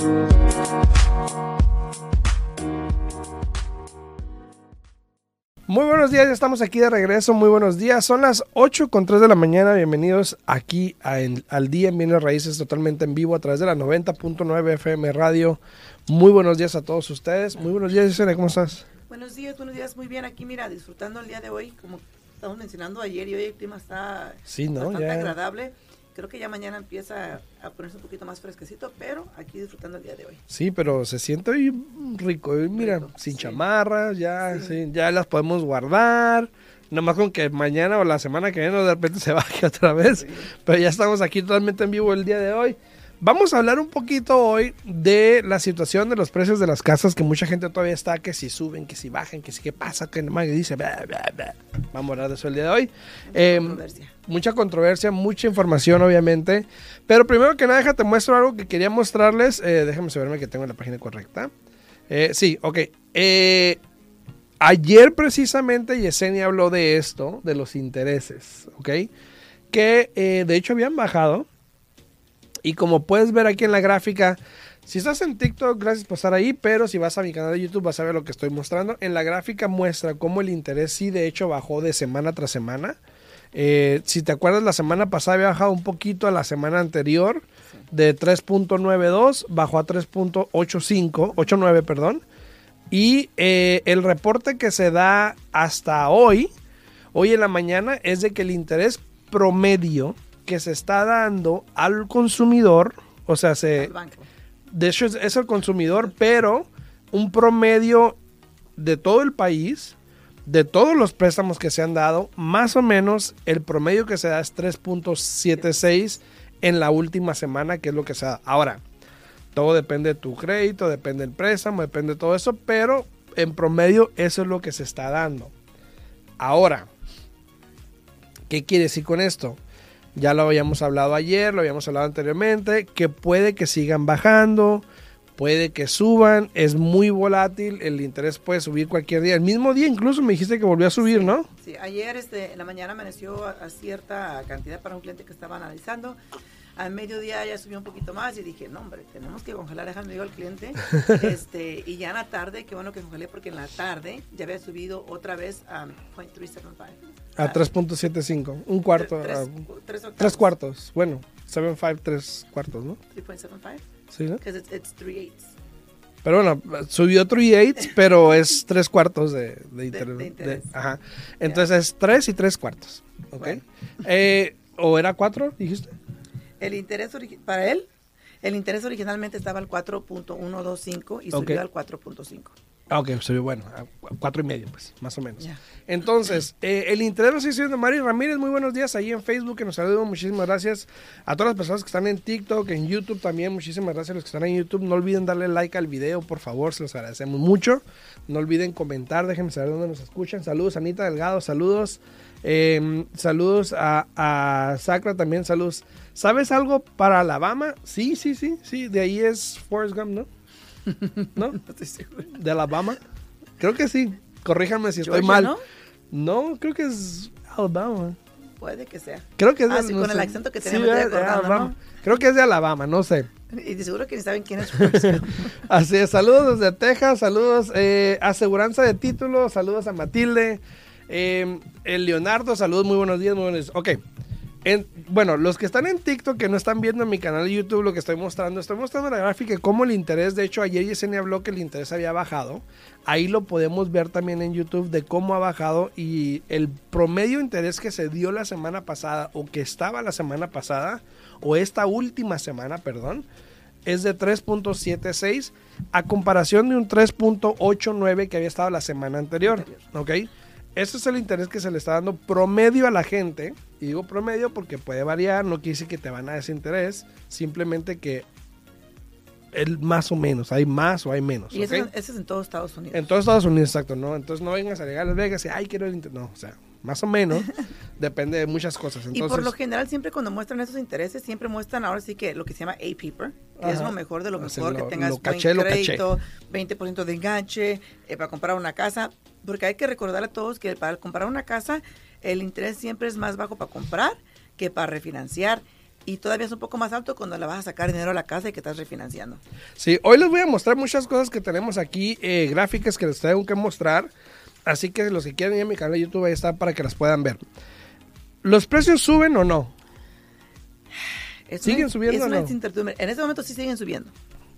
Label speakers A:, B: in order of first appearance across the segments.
A: Muy buenos días, ya estamos aquí de regreso, muy buenos días, son las 8:03 de la mañana, bienvenidos aquí al Día en Bienes Raíces, totalmente en vivo a través de la 90.9 FM Radio. Muy buenos días a todos ustedes, muy buenos días, Yesenia, ¿cómo estás?
B: Buenos días, muy bien, aquí mira, disfrutando el día de hoy, como estamos mencionando ayer y hoy el clima está bastante agradable. Creo que ya mañana empieza a ponerse un poquito más fresquecito, pero aquí disfrutando el día de hoy.
A: Sí, pero se siente hoy rico, mira, sin chamarras, ya las podemos guardar, nomás con que mañana o la semana que viene de repente se baje otra vez, pero ya estamos aquí totalmente en vivo el día de hoy. Vamos a hablar un poquito hoy de la situación de los precios de las casas, que mucha gente todavía está, que si suben, que si bajan, que si qué pasa, que nomás dice, blah, blah, blah. Vamos a hablar de eso el día de hoy. Mucha controversia, mucha información obviamente, pero primero que nada déjate muestro algo que quería mostrarles, déjame asegurarme que tengo la página correcta. Sí, ok. Ayer precisamente Yesenia habló de esto, de los intereses, ok, que de hecho habían bajado. Y como puedes ver aquí en la gráfica, si estás en TikTok, gracias por estar ahí, pero si vas a mi canal de YouTube vas a ver lo que estoy mostrando. En la gráfica muestra cómo el interés sí de hecho bajó de semana tras semana. Si te acuerdas, la semana pasada había bajado un poquito a la semana anterior, de 3.92 bajó a 3.89, perdón. Y el reporte que se da hasta hoy en la mañana, es de que el interés promedio que se está dando al consumidor, o sea, de hecho es el consumidor, pero un promedio de todo el país, de todos los préstamos que se han dado, más o menos el promedio que se da es 3.76 en la última semana, que es lo que se da. Ahora, todo depende de tu crédito, depende del préstamo, depende de todo eso, pero en promedio eso es lo que se está dando. Ahora, ¿qué quiere decir con esto? Ya lo habíamos hablado ayer, lo habíamos hablado anteriormente, que puede que sigan bajando, puede que suban, es muy volátil, el interés puede subir cualquier día. El mismo día incluso me dijiste que volvió a subir, ¿no?
B: Sí, ayer en la mañana amaneció a cierta cantidad para un cliente que estaba analizando. Al mediodía ya subió un poquito más y dije, no hombre, tenemos que congelar, déjame digo al cliente. Y ya en la tarde, qué bueno que congelé porque en la tarde ya había subido otra vez a 0.375.
A: A 3.75, un cuarto. Tres cuartos, bueno, 7.5, 3 cuartos, ¿no?
B: 3.75.
A: Sí, ¿no?
B: Because it's 3/8.
A: Pero bueno, subió 3/8, pero es 3 cuartos de interés. Ajá. Entonces es 3 y 3 cuartos. ¿Ok? Bueno. ¿O era 4, dijiste?
B: El interés para él, el interés originalmente estaba al 4.125 y subió al 4.5.
A: Ok, subió, bueno, a 4.5, pues, más o menos. Yeah. Entonces, el interés lo sigue siendo Mari Ramírez. Muy buenos días ahí en Facebook, que nos saludan. Muchísimas gracias a todas las personas que están en TikTok, en YouTube también. Muchísimas gracias a los que están en YouTube. No olviden darle like al video, por favor, se los agradecemos mucho. No olviden comentar, déjenme saber dónde nos escuchan. Saludos, Anita Delgado, saludos. Saludos a Sacra también, saludos. ¿Sabes algo para Alabama? Sí, de ahí es Forrest Gump, ¿no? ¿No?
B: No estoy seguro.
A: ¿De Alabama? Creo que sí. Corríjanme si estoy mal. No, creo que es Alabama.
B: Puede que sea.
A: Creo que es
B: sí, con el acento que tenemos de
A: Alabama.
B: ¿no?
A: Creo que es de Alabama, no sé.
B: Y de seguro que ni saben quién es Forrest Gump.
A: Así es, saludos desde Texas, saludos, aseguranza de título, saludos a Matilde, el Leonardo, saludos, muy buenos días, Ok. Bueno, los que están en TikTok, que no están viendo mi canal de YouTube, lo que estoy mostrando la gráfica de cómo el interés, de hecho ayer Yesenia habló que el interés había bajado, ahí lo podemos ver también en YouTube de cómo ha bajado, y el promedio de interés que se dio la semana pasada, o que estaba la semana pasada, o esta última semana, perdón, es de 3.76 a comparación de un 3.89 que había estado la semana anterior, ¿ok? Ese es el interés que se le está dando promedio a la gente. Y digo promedio porque puede variar, no quiere decir que te van a dar ese interés, simplemente que el más o menos, hay más o hay menos.
B: Y ¿okay? Eso es en todos Estados Unidos.
A: En todos Estados Unidos, exacto, ¿no? Entonces no vengas a llegar a Las Vegas y, ay, quiero el interés. No, o sea, más o menos, depende de muchas cosas. Entonces,
B: y por lo general, siempre cuando muestran esos intereses, siempre muestran ahora sí que lo que se llama A-Paper, que es lo mejor de lo mejor, que tengas buen crédito, 20% de enganche, para comprar una casa, porque hay que recordar a todos que para comprar una casa, el interés siempre es más bajo para comprar que para refinanciar. y todavía es un poco más alto cuando le vas a sacar dinero a la casa y que estás refinanciando.
A: Sí, hoy les voy a mostrar muchas cosas que tenemos aquí, gráficas que les tengo que mostrar, así que los que quieran ir a mi canal de YouTube ahí está para que las puedan ver. ¿Los precios suben o no? ¿Siguen subiendo o no?
B: En este momento sí siguen subiendo.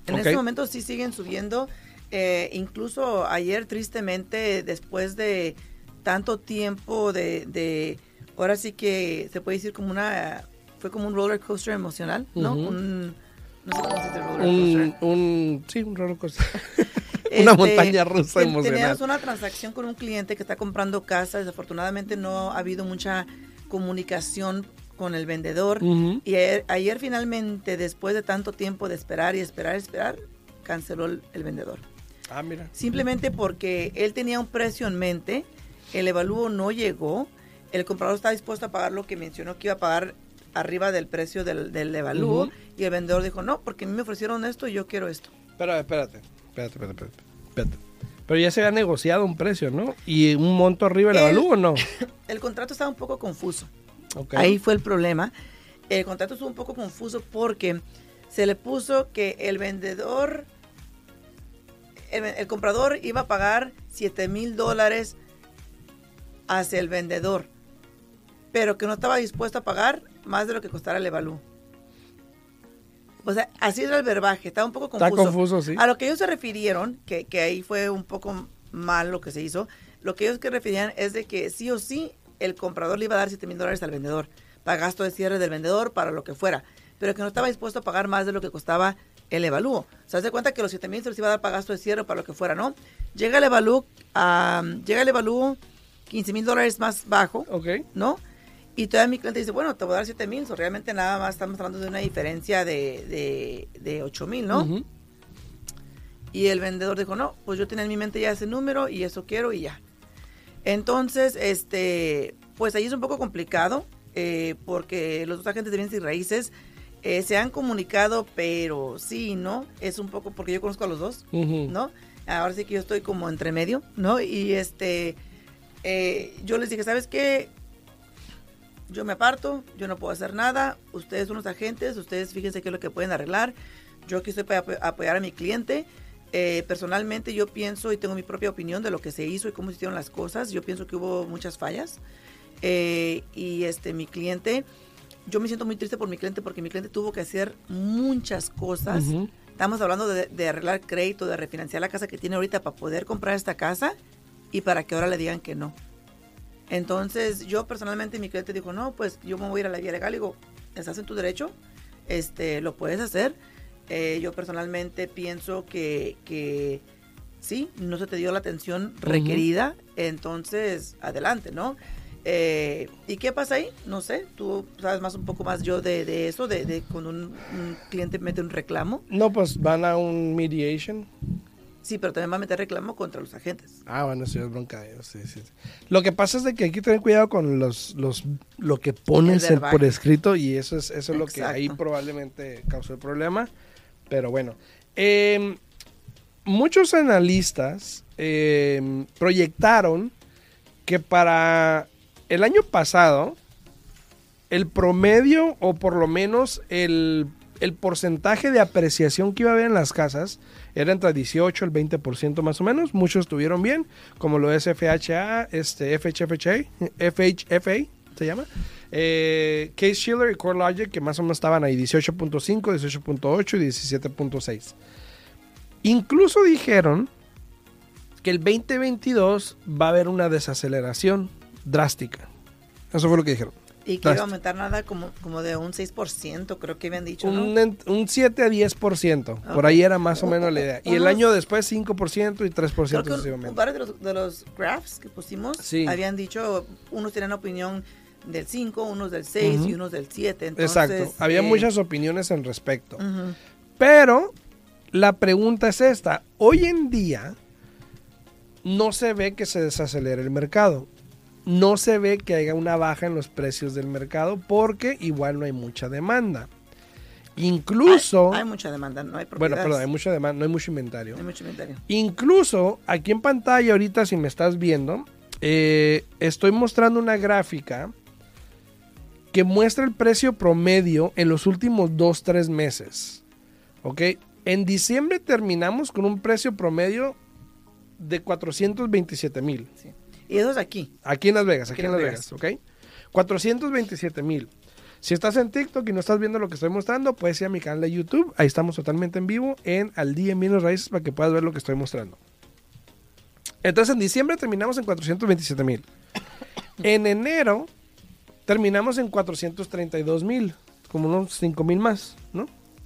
B: Incluso ayer, tristemente, después de tanto tiempo ahora sí que se puede decir fue como un roller coaster emocional, ¿no? No sé cómo se dice roller coaster.
A: Sí, un roller coaster. Una montaña rusa emocional.
B: Teníamos una transacción con un cliente que está comprando casa. Desafortunadamente no ha habido mucha comunicación con el vendedor. Y ayer finalmente, después de tanto tiempo de esperar y esperar, canceló el vendedor.
A: Ah, mira.
B: Simplemente porque él tenía un precio en mente, el evalúo no llegó, el comprador está dispuesto a pagar lo que mencionó que iba a pagar arriba del precio del evalúo, y el vendedor dijo, no, porque a mí me ofrecieron esto y yo quiero esto.
A: Pero espérate. Pero ya se había negociado un precio, ¿no? ¿Y un monto arriba del evalúo o no?
B: El contrato estaba un poco confuso.
A: Okay.
B: Ahí fue el problema. El contrato estuvo un poco confuso porque se le puso que el vendedor, el comprador iba a pagar $7,000 hacia el vendedor, pero que no estaba dispuesto a pagar más de lo que costara el evalúo. O sea, así era el verbaje, estaba un poco confuso.
A: Está confuso, sí.
B: A lo que ellos se refirieron, que ahí fue un poco mal lo que se hizo, lo que ellos que referían es de que sí o sí el comprador le iba a dar $7,000 al vendedor, para gasto de cierre del vendedor, para lo que fuera, pero que no estaba dispuesto a pagar más de lo que costaba el evalúo. O sea, se da cuenta que los $7,000 se los iba a dar para gasto de cierre, para lo que fuera, ¿no? Llega el evalúo $15,000 más bajo, ¿no? Y todavía mi cliente dice, bueno, te voy a dar $7,000, realmente nada más estamos hablando de una diferencia de $8,000, ¿no? Y el vendedor dijo, no, pues yo tenía en mi mente ya ese número y eso quiero y ya. Entonces, pues ahí es un poco complicado, porque los dos agentes de bienes y raíces se han comunicado, pero sí, ¿no? Es un poco, porque yo conozco a los dos, ¿no? Ahora sí que yo estoy como entre medio, ¿no? Y yo les dije, ¿sabes qué? Yo me aparto, yo no puedo hacer nada, ustedes son los agentes, ustedes fíjense qué es lo que pueden arreglar, yo aquí estoy para apoyar a mi cliente. Personalmente yo pienso y tengo mi propia opinión de lo que se hizo y cómo se hicieron las cosas. Yo pienso que hubo muchas fallas, y mi cliente, yo me siento muy triste por mi cliente porque mi cliente tuvo que hacer muchas cosas. Estamos hablando de arreglar crédito, de refinanciar la casa que tiene ahorita para poder comprar esta casa y para que ahora le digan que no. Entonces yo personalmente, mi cliente dijo, no, pues yo me voy a ir a la vía legal. Digo, estás en tu derecho, lo puedes hacer. Yo personalmente pienso que sí, no se te dio la atención requerida, entonces adelante, ¿no? ¿Y qué pasa ahí? No sé, tú sabes un poco más yo de eso, de cuando un cliente mete un reclamo.
A: No, pues van a un mediation.
B: Sí, pero también va a meter reclamo contra los agentes.
A: Ah, bueno, sí, es bronca de ellos, sí. Lo que pasa es de que hay que tener cuidado con lo que pones por escrito, y eso es lo que ahí probablemente causó el problema. Pero bueno, muchos analistas proyectaron que para el año pasado el promedio, o por lo menos el porcentaje de apreciación que iba a haber en las casas era entre 18 al 20% más o menos. Muchos estuvieron bien, como lo es FHA, FHFA, se llama. Case-Shiller y CoreLogic, que más o menos estaban ahí 18.5, 18.8 y 17.6. Incluso dijeron que el 2022 va a haber una desaceleración drástica. Eso fue lo que dijeron.
B: Y que iba a aumentar nada como de un 6%, creo que habían dicho, ¿no?
A: Un 7 a 10%. Okay. Por ahí era más o menos la idea. Y el año después 5% y 3% sucesivamente.
B: Un par de los graphs que pusimos habían dicho, unos tenían opinión del 5, unos del 6 y unos del 7. Entonces,
A: exacto. Había muchas opiniones al respecto. Pero la pregunta es esta. Hoy en día no se ve que se desacelere el mercado. No se ve que haya una baja en los precios del mercado porque igual no hay mucha demanda. Incluso...
B: Hay mucha demanda, no hay propiedades.
A: Bueno, perdón, hay mucha demanda, no hay mucho inventario.
B: No hay mucho inventario.
A: Incluso aquí en pantalla ahorita, si me estás viendo, estoy mostrando una gráfica que muestra el precio promedio en los últimos 2-3 meses. ¿Ok? En diciembre terminamos con un precio promedio de 427,000.
B: Sí. Y eso es aquí.
A: Aquí en Las Vegas, aquí en Las Vegas, ¿ok? 427,000. Si estás en TikTok y no estás viendo lo que estoy mostrando, puedes ir a mi canal de YouTube. Ahí estamos totalmente en vivo en Al Día en Bienes Raíces para que puedas ver lo que estoy mostrando. Entonces en diciembre terminamos en 427,000. En enero terminamos en 432,000, como unos 5,000 más, ¿no?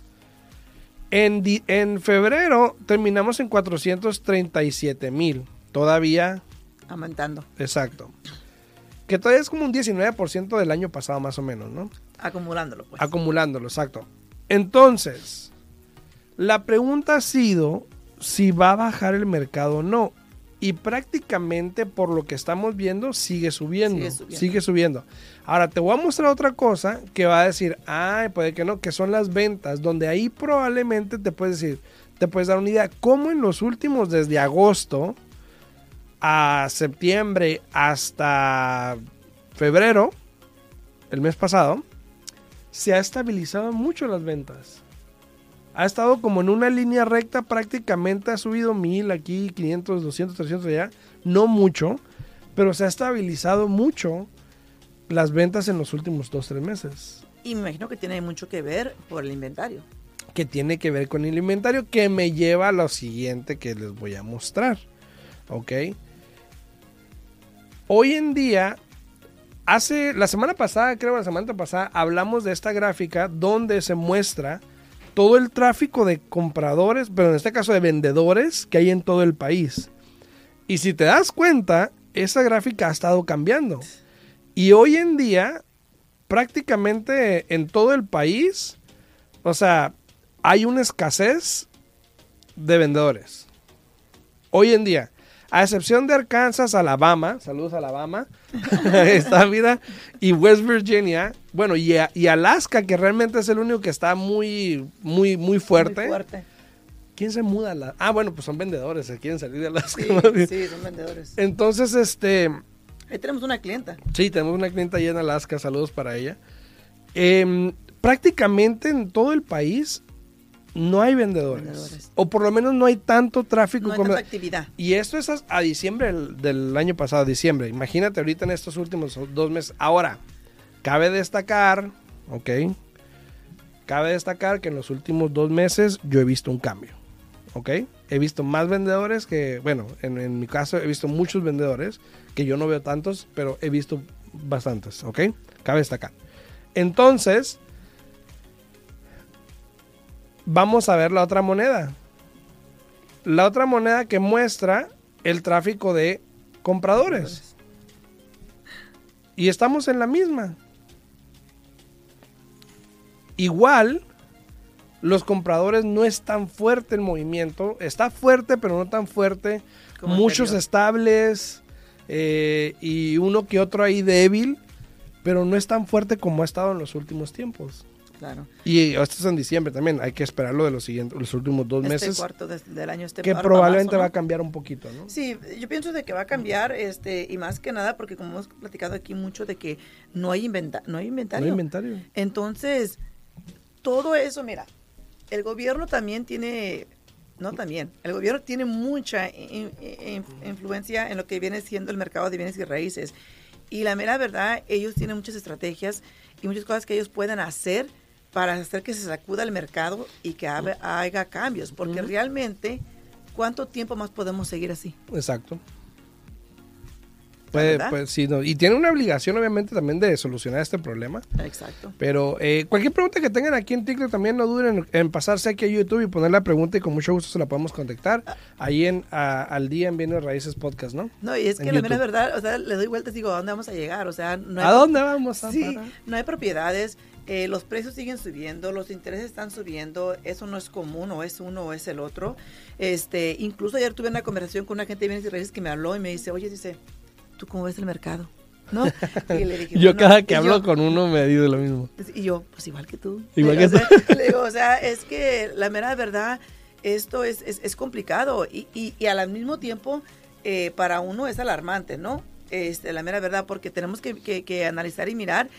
A: En febrero terminamos en 437,000. Todavía...
B: aumentando.
A: Exacto. Que todavía es como un 19% del año pasado más o menos, ¿no?
B: Acumulándolo, pues.
A: Acumulándolo, exacto. Entonces, la pregunta ha sido si va a bajar el mercado o no. Y prácticamente por lo que estamos viendo sigue subiendo. Sigue subiendo. Ahora te voy a mostrar otra cosa que va a decir, ay, puede que no, que son las ventas, donde ahí probablemente te puedes decir, te puedes dar una idea, cómo en los últimos, desde agosto a septiembre hasta febrero, el mes pasado, se ha estabilizado mucho las ventas. Ha estado como en una línea recta, prácticamente ha subido 1,000 aquí, 500, 200, 300 allá, no mucho, pero se ha estabilizado mucho las ventas en los últimos 2-3 meses.
B: Y me imagino que tiene mucho que ver por el inventario.
A: Que tiene que ver con el inventario, que me lleva a lo siguiente que les voy a mostrar, ¿ok? Hoy en día, la semana pasada, hablamos de esta gráfica donde se muestra todo el tráfico de compradores, pero en este caso de vendedores que hay en todo el país. Y si te das cuenta, esa gráfica ha estado cambiando. Y hoy en día, prácticamente en todo el país, o sea, hay una escasez de vendedores. Hoy en día. A excepción de Arkansas, Alabama, saludos a Alabama, esta vida, y West Virginia, bueno, y Alaska, que realmente es el único que está muy, muy, muy fuerte.
B: Muy fuerte.
A: ¿Quién se muda a Alaska? Ah, bueno, pues son vendedores, se quieren salir de Alaska.
B: Sí, son vendedores.
A: Entonces,
B: ahí tenemos una clienta.
A: Sí, tenemos una clienta allá en Alaska, saludos para ella. Prácticamente en todo el país no hay vendedores. O por lo menos no hay tanto tráfico.
B: No hay tanta actividad.
A: Y esto es a diciembre del año pasado, diciembre. Imagínate ahorita en estos últimos 2 meses. Ahora, cabe destacar, ¿ok? Cabe destacar que en los últimos 2 meses yo he visto un cambio, ¿ok? He visto más vendedores que, bueno, en mi caso he visto muchos vendedores, que yo no veo tantos, pero he visto bastantes, ¿ok? Cabe destacar. Entonces, vamos a ver la otra moneda. La otra moneda que muestra el tráfico de compradores. Y estamos en la misma. Igual, los compradores no es tan fuerte el movimiento. Está fuerte, pero no tan fuerte. Como muchos estables y uno que otro ahí débil, pero no es tan fuerte como ha estado en los últimos tiempos.
B: Claro.
A: Y esto es en diciembre también, hay que esperarlo de los últimos 2 meses.
B: Este cuarto del año.
A: Que probablemente va a cambiar un poquito, ¿no?
B: Sí, yo pienso de que va a cambiar, y más que nada porque como hemos platicado aquí mucho de que no hay inventario. No hay inventario. Entonces, todo eso, mira, el gobierno también tiene, el gobierno tiene mucha influencia en lo que viene siendo el mercado de bienes y raíces. Y la mera verdad, ellos tienen muchas estrategias y muchas cosas que ellos pueden hacer para hacer que se sacuda el mercado y que haga cambios, porque realmente, ¿cuánto tiempo más podemos seguir así?
A: Exacto. Pues sí, no. Y tiene una obligación obviamente también de solucionar este problema.
B: Exacto.
A: Pero cualquier pregunta que tengan aquí en TikTok también no duden en pasarse aquí a YouTube y poner la pregunta y con mucho gusto se la podemos contactar ahí Al Día en Bienes Raíces Podcast, ¿no?
B: No, y es que la mera verdad, o sea, le doy vueltas y digo, ¿a dónde vamos a llegar? O sea,
A: no hay ¿a dónde vamos a
B: parar? No hay propiedades, los precios siguen subiendo, los intereses están subiendo, eso no es común, o es uno o es el otro. Incluso ayer tuve una conversación con una gente de bienes y raíces que me habló y me dice, oye, ¿tú cómo ves el mercado? ¿No? Y le dije,
A: yo cada que hablo con uno me digo lo mismo.
B: Y yo, pues igual que tú.
A: Igual que tú.
B: Le digo, o sea, es que la mera verdad, esto es complicado y al mismo tiempo para uno es alarmante, ¿no? La mera verdad, porque tenemos que analizar y mirar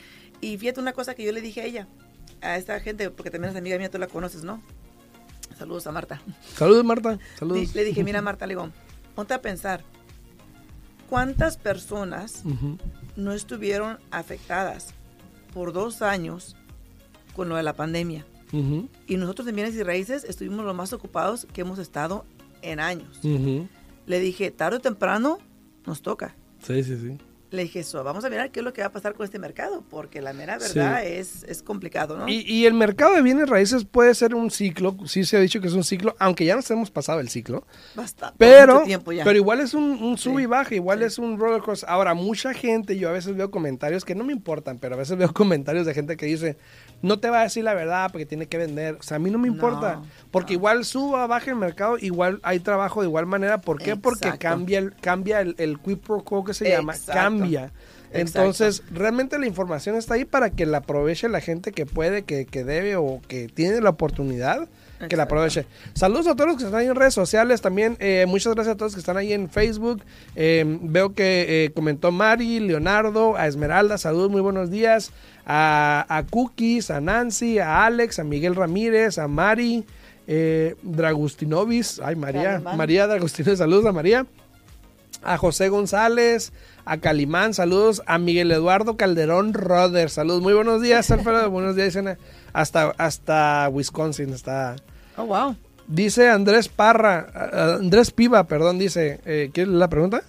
B: Y fíjate una cosa que yo le dije a ella, a esta gente, porque también es amiga mía, tú la conoces, ¿no? Saludos a Marta.
A: Saludos, Marta. Saludos.
B: Le dije, mira, Marta, le digo, ponte a pensar, ¿cuántas personas no estuvieron afectadas por 2 años con lo de la pandemia? Y nosotros en bienes y raíces estuvimos los más ocupados que hemos estado en años. Le dije, tarde o temprano nos toca.
A: Sí, sí, sí.
B: Le dije eso, vamos a mirar qué es lo que va a pasar con este mercado, porque la mera verdad es complicado, ¿no?
A: Y el mercado de bienes raíces puede ser un ciclo, sí se ha dicho que es un ciclo, aunque ya nos hemos pasado el ciclo.
B: Basta,
A: pero,
B: mucho tiempo ya.
A: Pero igual es un sub y baja, igual es un roller coaster. Ahora, mucha gente, yo a veces veo comentarios que no me importan, pero a veces veo comentarios de gente que dice, no te va a decir la verdad porque tiene que vender. O sea, a mí no me importa, porque igual suba, baja el mercado, igual hay trabajo de igual manera. ¿Por qué? Porque cambia el quid pro quo que se llama, cambia. Entonces, realmente la información está ahí para que la aproveche la gente que puede, que debe o que tiene la oportunidad, que la aproveche. Saludos a todos los que están ahí en redes sociales también. Muchas gracias a todos que están ahí en Facebook. Veo que comentó Mari, Leonardo, a Esmeralda, saludos, muy buenos días. A Cookies, a Nancy, a Alex, a Miguel Ramírez, a Mari, Dragustinovis, ay María Dragustinovis, saludos a María. A José González, a Calimán, saludos, a Miguel Eduardo Calderón Roder, saludos, muy buenos días, Alfredo, buenos días, dicen, hasta Wisconsin está.
B: Oh, wow.
A: Dice Andrés Piva, perdón, dice, ¿qué es la pregunta?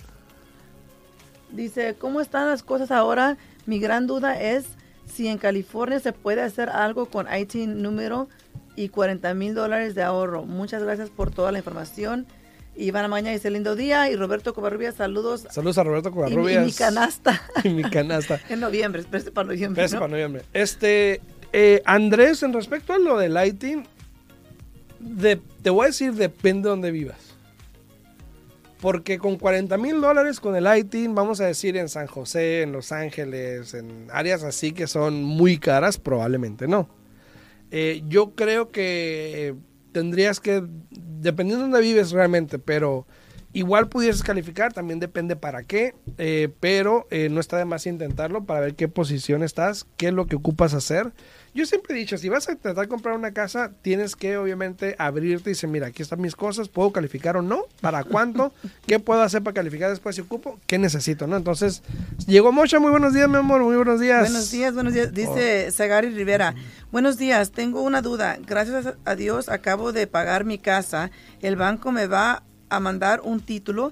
B: Dice, ¿cómo están las cosas ahora? Mi gran duda es si en California se puede hacer algo con ITIN número y $40,000 de ahorro. Muchas gracias por toda la información. Ivana Maña dice, lindo día. Y Roberto Covarrubias, saludos.
A: Saludos a Roberto Covarrubias.
B: Y mi canasta.
A: Y mi canasta.
B: En noviembre, espérate para noviembre.
A: Espérate para noviembre. Andrés, en respecto a lo del ITIN, te voy a decir, depende de donde vivas. Porque con $40,000 con el ITIN, vamos a decir en San José, en Los Ángeles, en áreas así que son muy caras, probablemente no. Yo creo que tendrías que, dependiendo de dónde vives realmente, pero igual pudieses calificar, también depende para qué, pero no está de más intentarlo para ver qué posición estás, qué es lo que ocupas hacer. Yo siempre he dicho, si vas a tratar de comprar una casa, tienes que obviamente abrirte y decir, mira, aquí están mis cosas, ¿puedo calificar o no? ¿Para cuánto? ¿Qué puedo hacer para calificar después si ocupo? ¿Qué necesito? ¿No? Entonces, llegó Mocha, muy buenos días, mi amor, muy buenos días.
B: Buenos días, dice Sagari Rivera. Buenos días, tengo una duda. Gracias a Dios acabo de pagar mi casa. El banco me va a mandar un título.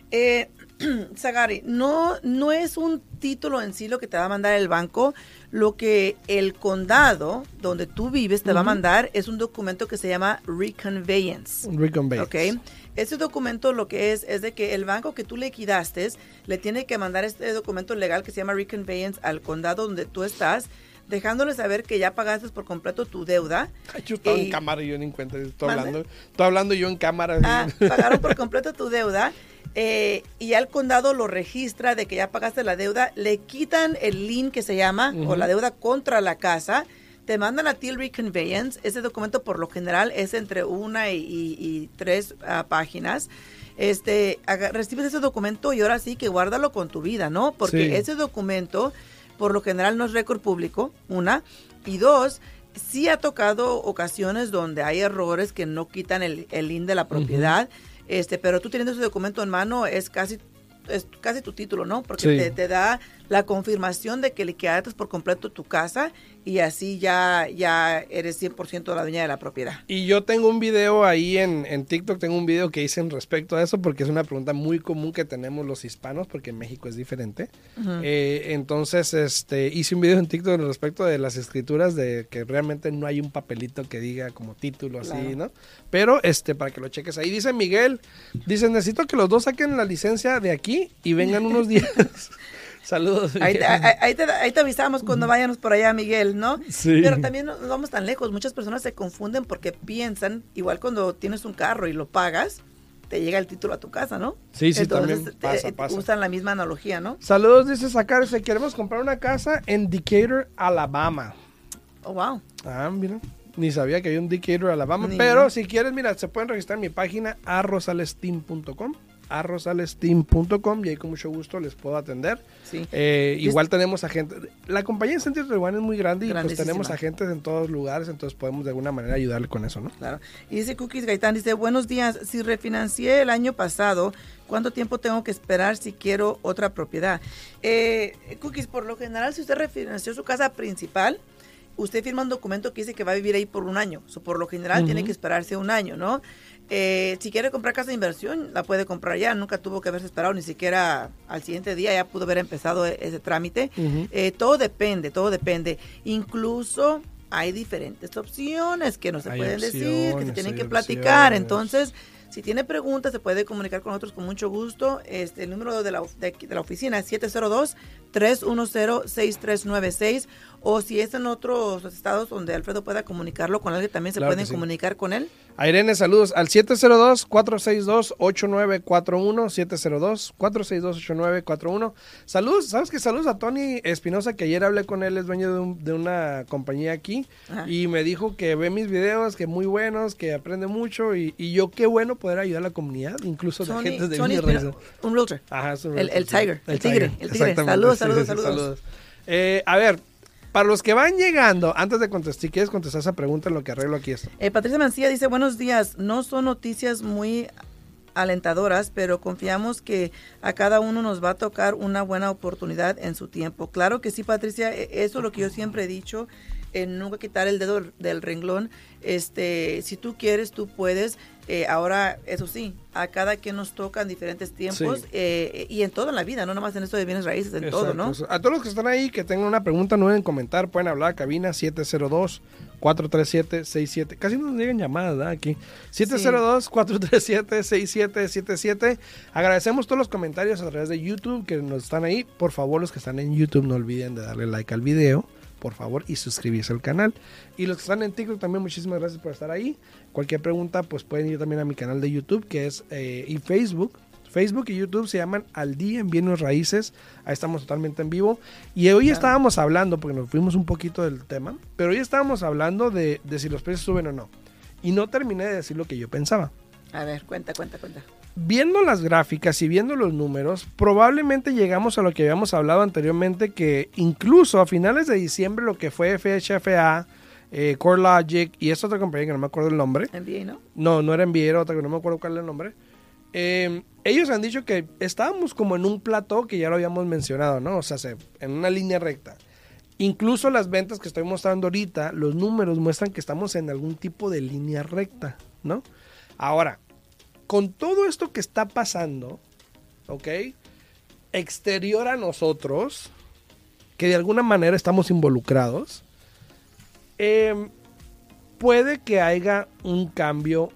B: Sagari, no es un título en sí lo que te va a mandar el banco. Lo que el condado donde tú vives te va a mandar es un documento que se llama Reconveyance. Okay. Ese documento lo que es de que el banco que tú le liquidaste le tiene que mandar este documento legal que se llama Reconveyance al condado donde tú estás, dejándole saber que ya pagaste por completo tu deuda.
A: Ay, yo estaba en cámara y yo ni en cuenta. Estoy hablando yo en cámara.
B: Pagaron por completo tu deuda. Y ya el condado lo registra de que ya pagaste la deuda, le quitan el lien que se llama, o la deuda contra la casa, te mandan a ti el Reconveyance. Ese documento por lo general es entre 1 y 3 páginas. Recibes ese documento y ahora sí que guárdalo con tu vida, ¿no? Porque ese documento por lo general no es récord público, 1, y 2, sí ha tocado ocasiones donde hay errores que no quitan el lien de la propiedad. Pero tú teniendo ese documento en mano es casi tu título, ¿no? Porque te da la confirmación de que liquidaste por completo tu casa y así ya eres 100% la dueña de la propiedad. Y
A: yo tengo un video ahí en TikTok, tengo un video que hice en respecto a eso porque es una pregunta muy común que tenemos los hispanos porque en México es diferente. Entonces, hice un video en TikTok en respecto de las escrituras de que realmente no hay un papelito que diga como título así, ¿no? Pero, para que lo cheques ahí. Dice Miguel, necesito que los dos saquen la licencia de aquí y vengan unos días. Saludos.
B: Ahí te avisamos cuando vayamos por allá, Miguel, ¿no?
A: Sí.
B: Pero también no vamos tan lejos. Muchas personas se confunden porque piensan, igual cuando tienes un carro y lo pagas, te llega el título a tu casa, ¿no?
A: Sí,
B: entonces,
A: también pasa.
B: Usan la misma analogía, ¿no?
A: Saludos, dice Sacar, queremos comprar una casa en Decatur, Alabama.
B: Oh, wow.
A: Mira. Ni sabía que había un Decatur, Alabama. Pero si quieres, mira, se pueden registrar en mi página arrosalestin.com. @rosalesteam.com y ahí con mucho gusto les puedo atender.
B: Sí.
A: Igual tenemos agentes. La compañía de Century Rewind es muy grande y pues tenemos
B: Grandísima.
A: agentes en todos lugares, entonces podemos de alguna manera ayudarle con eso, ¿no?
B: Claro. Y dice Cookies Gaitán, dice, buenos días, si refinancié el año pasado, ¿cuánto tiempo tengo que esperar si quiero otra propiedad? Cookies, por lo general, si usted refinanció su casa principal, usted firma un documento que dice que va a vivir ahí por un año. Por lo general, tiene que esperarse un año, ¿no? Si quiere comprar casa de inversión, la puede comprar ya. Nunca tuvo que haberse esperado ni siquiera al siguiente día. Ya pudo haber empezado ese trámite. Todo depende. Incluso hay diferentes opciones que no se pueden decir, que se tienen que platicar. Entonces, si tiene preguntas, se puede comunicar con nosotros con mucho gusto. El número de la oficina es 702-310-6396. O si es en otros estados donde Alfredo pueda comunicarlo con alguien, también se pueden comunicar con él.
A: A Irene, saludos al 702-462-8941, 702-462-8941. Saludos, ¿sabes qué? Saludos a Tony Espinosa, que ayer hablé con él, es dueño de una compañía aquí. Ajá. Y me dijo que ve mis videos, que muy buenos, que aprende mucho y yo qué bueno poder ayudar a la comunidad, incluso de gente de bienes raíces.
B: Un realtor.
A: Ajá, es un
B: realtor. El tigre.
A: El
B: tigre. Saludos.
A: A ver, para los que van llegando, antes de contestar, si quieres contestar esa pregunta, en lo que arreglo aquí esto.
B: Patricia Mancilla dice, buenos días, no son noticias muy alentadoras, pero confiamos que a cada uno nos va a tocar una buena oportunidad en su tiempo. Claro que sí, Patricia, eso es lo que yo siempre he dicho, nunca quitar el dedo del renglón. Si tú quieres, tú puedes. Ahora, eso sí, a cada quien nos tocan diferentes tiempos, y en toda la vida, no nomás en esto de bienes raíces, en todo, ¿no?
A: A todos los que están ahí, que tengan una pregunta, no deben comentar, pueden hablar a cabina 702-437-67. Casi no nos llegan llamadas, ¿verdad? Aquí. 702-437-6777. Agradecemos todos los comentarios a través de YouTube que nos están ahí. Por favor, los que están en YouTube, no olviden de darle like al video, por favor, y suscribirse al canal. Y los que están en TikTok también, muchísimas gracias por estar ahí. Cualquier pregunta, pues pueden ir también a mi canal de YouTube, que es, y Facebook. Facebook y YouTube se llaman Al Día en Bienes Raíces. Ahí estamos totalmente en vivo. Y hoy estábamos hablando, porque nos fuimos un poquito del tema, pero hoy estábamos hablando de si los precios suben o no. Y no terminé de decir lo que yo pensaba.
B: A ver, cuenta.
A: Viendo las gráficas y viendo los números, probablemente llegamos a lo que habíamos hablado anteriormente, que incluso a finales de diciembre lo que fue FHFA, CoreLogic y esta otra compañía que no me acuerdo el nombre.
B: NBA, ¿no?
A: No era NBA, era otra que no me acuerdo cuál era el nombre. Ellos han dicho que estábamos como en un plató, que ya lo habíamos mencionado, ¿no? O sea, en una línea recta. Incluso las ventas que estoy mostrando ahorita, los números muestran que estamos en algún tipo de línea recta, ¿no? Ahora, con todo esto que está pasando, ¿ok? Exterior a nosotros, que de alguna manera estamos involucrados, puede que haya un cambio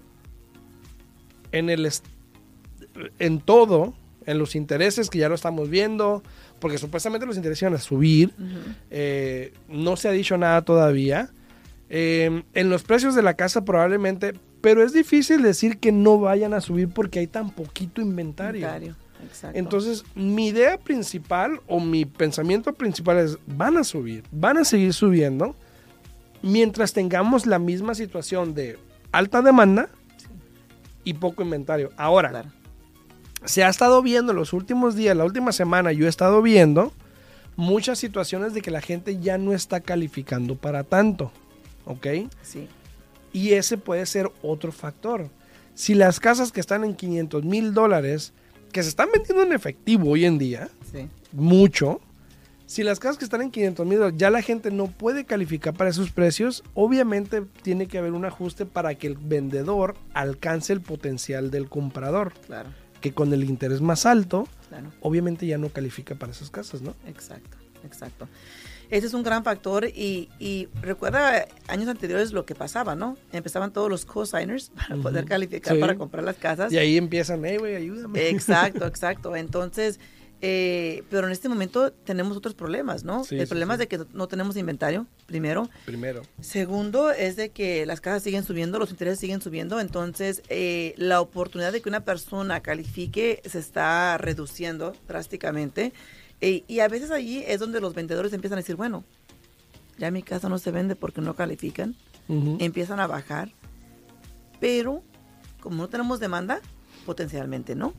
A: en todo, en los intereses, que ya lo estamos viendo, porque supuestamente los intereses iban a subir. No se ha dicho nada todavía. En los precios de la casa probablemente, pero es difícil decir que no vayan a subir porque hay tan poquito inventario.
B: Exacto.
A: Entonces, mi idea principal o mi pensamiento principal es, van a subir, van a seguir subiendo mientras tengamos la misma situación de alta demanda y poco inventario. Ahora, se ha estado viendo los últimos días, la última semana yo he estado viendo muchas situaciones de que la gente ya no está calificando para tanto, ¿ok?
B: Sí.
A: Y ese puede ser otro factor. Si las casas que están en $500,000, que se están vendiendo en efectivo hoy en día, mucho, si las casas que están en $500,000 ya la gente no puede calificar para esos precios, obviamente tiene que haber un ajuste para que el vendedor alcance el potencial del comprador.
B: Claro.
A: Que con el interés más alto, obviamente ya no califica para esas casas, ¿no?
B: Exacto. Ese es un gran factor y recuerda años anteriores lo que pasaba, ¿no? Empezaban todos los co-signers para poder calificar para comprar las casas.
A: Y ahí empiezan, güey, ayúdame.
B: Exacto. Entonces, pero en este momento tenemos otros problemas, ¿no? El problema es de que no tenemos inventario, primero. Segundo, es de que las casas siguen subiendo, los intereses siguen subiendo, entonces la oportunidad de que una persona califique se está reduciendo drásticamente. Y a veces allí es donde los vendedores empiezan a decir, bueno, ya mi casa no se vende porque no califican, empiezan a bajar, pero como no tenemos demanda, potencialmente no.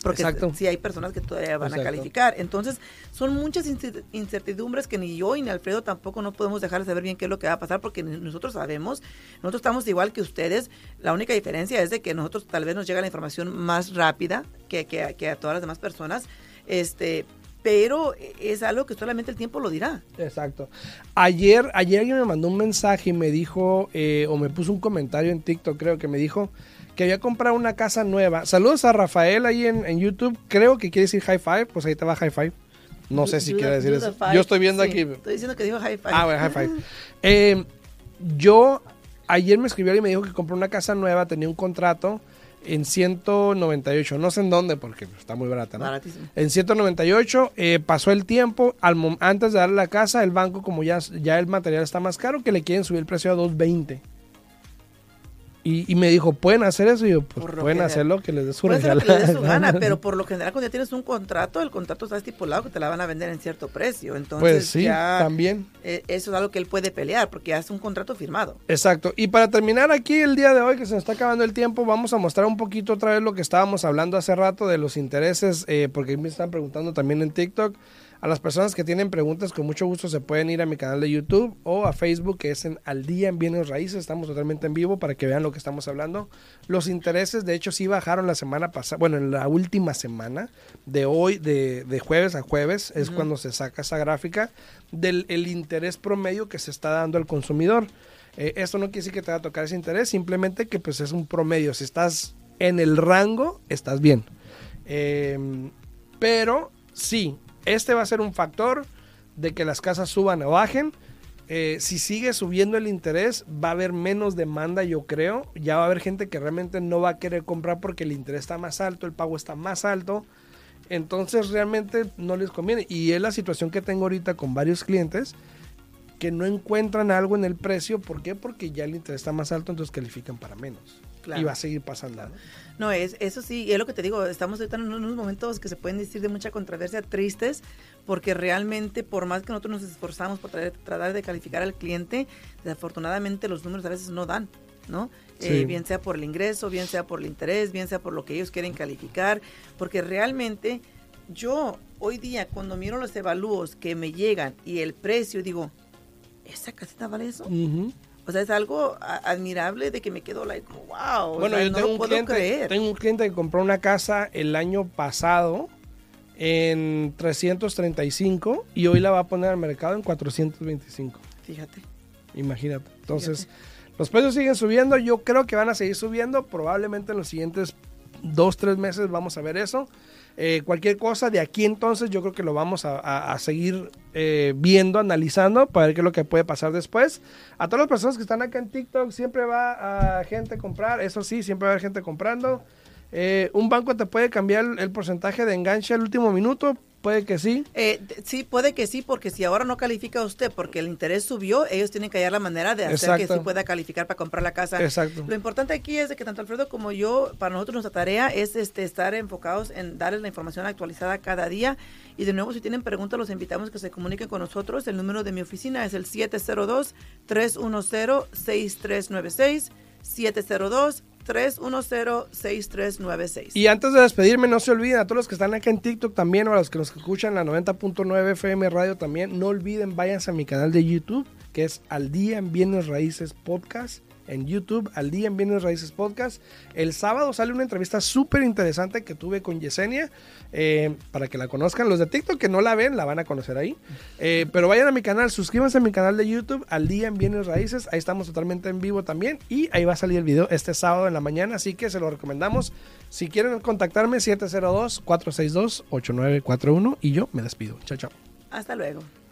B: porque
A: Exacto.
B: sí hay personas que todavía van
A: Exacto.
B: a calificar. Entonces, son muchas incertidumbres que ni yo ni Alfredo tampoco no podemos dejar de saber bien qué es lo que va a pasar, porque nosotros sabemos, nosotros estamos igual que ustedes. La única diferencia es de que nosotros tal vez nos llega la información más rápida que a todas las demás personas, pero es algo que solamente el tiempo lo dirá.
A: Exacto. Ayer alguien me mandó un mensaje y me dijo, o me puso un comentario en TikTok, creo que me dijo que había comprado una casa nueva. Saludos a Rafael ahí en YouTube, creo que quiere decir high five, pues ahí te va high five. No sé si quiere decir eso. Yo estoy viendo
B: sí,
A: aquí.
B: Estoy diciendo que dijo high five.
A: Ah, bueno, high five. Ayer me escribió y me dijo que compró una casa nueva, tenía un contrato en 198, no sé en dónde porque está muy barata, ¿no?
B: Baratísimo.
A: En 198, pasó el tiempo, antes de darle la casa, el banco, como ya el material está más caro, que le quieren subir el precio a 220. Y me dijo, ¿pueden hacer eso? Y yo, pues pueden hacer lo que les dé su
B: Pueden hacer lo que les dé su
A: gana.
B: gana, pero por lo general cuando ya tienes un contrato, el contrato está estipulado que te la van a vender en cierto precio. Entonces
A: Pues sí,
B: ya
A: también.
B: Eso es algo que él puede pelear, porque ya es un contrato firmado.
A: Exacto. Y para terminar aquí el día de hoy, que se nos está acabando el tiempo, vamos a mostrar un poquito otra vez lo que estábamos hablando hace rato de los intereses, porque me están preguntando también en TikTok. A las personas que tienen preguntas, con mucho gusto se pueden ir a mi canal de YouTube o a Facebook, que es en Al Día en Bienes Raíces. Estamos totalmente en vivo para que vean lo que estamos hablando. Los intereses, de hecho, sí bajaron la semana pasada, bueno, en la última semana de hoy, de jueves a jueves, es cuando se saca esa gráfica del el interés promedio que se está dando al consumidor. Esto no quiere decir que te va a tocar ese interés, simplemente que pues es un promedio. Si estás en el rango, estás bien. Pero sí, este va a ser un factor de que las casas suban o bajen. Si sigue subiendo el interés, va a haber menos demanda, yo creo. Ya va a haber gente que realmente no va a querer comprar porque el interés está más alto, el pago está más alto. Entonces realmente no les conviene. Y es la situación que tengo ahorita con varios clientes que no encuentran algo en el precio. ¿Por qué? Porque ya el interés está más alto, entonces califican para menos. Claro. Y va a seguir pasando.
B: No, eso sí, es lo que te digo, estamos ahorita en unos momentos que se pueden decir de mucha controversia, tristes, porque realmente por más que nosotros nos esforzamos por tratar de calificar al cliente, desafortunadamente los números a veces no dan, ¿no? Sí. Bien sea por el ingreso, bien sea por el interés, bien sea por lo que ellos quieren calificar, porque realmente yo hoy día cuando miro los evalúos que me llegan y el precio, digo, ¿esa casita vale eso? O sea, es algo admirable de que me quedo like, wow.
A: Bueno,
B: o sea,
A: yo tengo, tengo un cliente que compró una casa el año pasado en 335 y hoy la va a poner al mercado en 425.
B: Fíjate.
A: Imagínate. Entonces, los precios siguen subiendo. Yo creo que van a seguir subiendo. Probablemente en los siguientes 2-3 meses vamos a ver eso. Cualquier cosa de aquí entonces yo creo que lo vamos a seguir viendo, analizando para ver qué es lo que puede pasar después. A todas las personas que están acá en TikTok, siempre va a gente a comprar, eso sí, siempre va a haber gente comprando. ¿Un banco te puede cambiar el porcentaje de enganche al último minuto? Puede que sí.
B: Sí, puede que sí, porque si ahora no califica usted porque el interés subió, ellos tienen que hallar la manera de hacer que sí pueda calificar para comprar la casa.
A: Exacto.
B: Lo importante aquí es de que tanto Alfredo como yo, para nosotros nuestra tarea es estar enfocados en darles la información actualizada cada día. Y de nuevo, si tienen preguntas, los invitamos a que se comuniquen con nosotros. El número de mi oficina es el 702-310-6396, 702-310-6396.
A: Y antes de despedirme, no se olviden, a todos los que están acá en TikTok también, o a los que nos escuchan en la 90.9 FM Radio también, no olviden, váyanse a mi canal de YouTube, que es Al Día en Bienes Raíces Podcast. En YouTube, Al Día en Bienes Raíces Podcast. El sábado sale una entrevista súper interesante que tuve con Yesenia, para que la conozcan. Los de TikTok que no la ven, la van a conocer ahí. Pero vayan a mi canal, suscríbanse a mi canal de YouTube, Al Día en Bienes Raíces. Ahí estamos totalmente en vivo también. Y ahí va a salir el video este sábado en la mañana, así que se lo recomendamos. Si quieren contactarme, 702-462-8941. Y yo me despido. Chao, chao.
B: Hasta luego.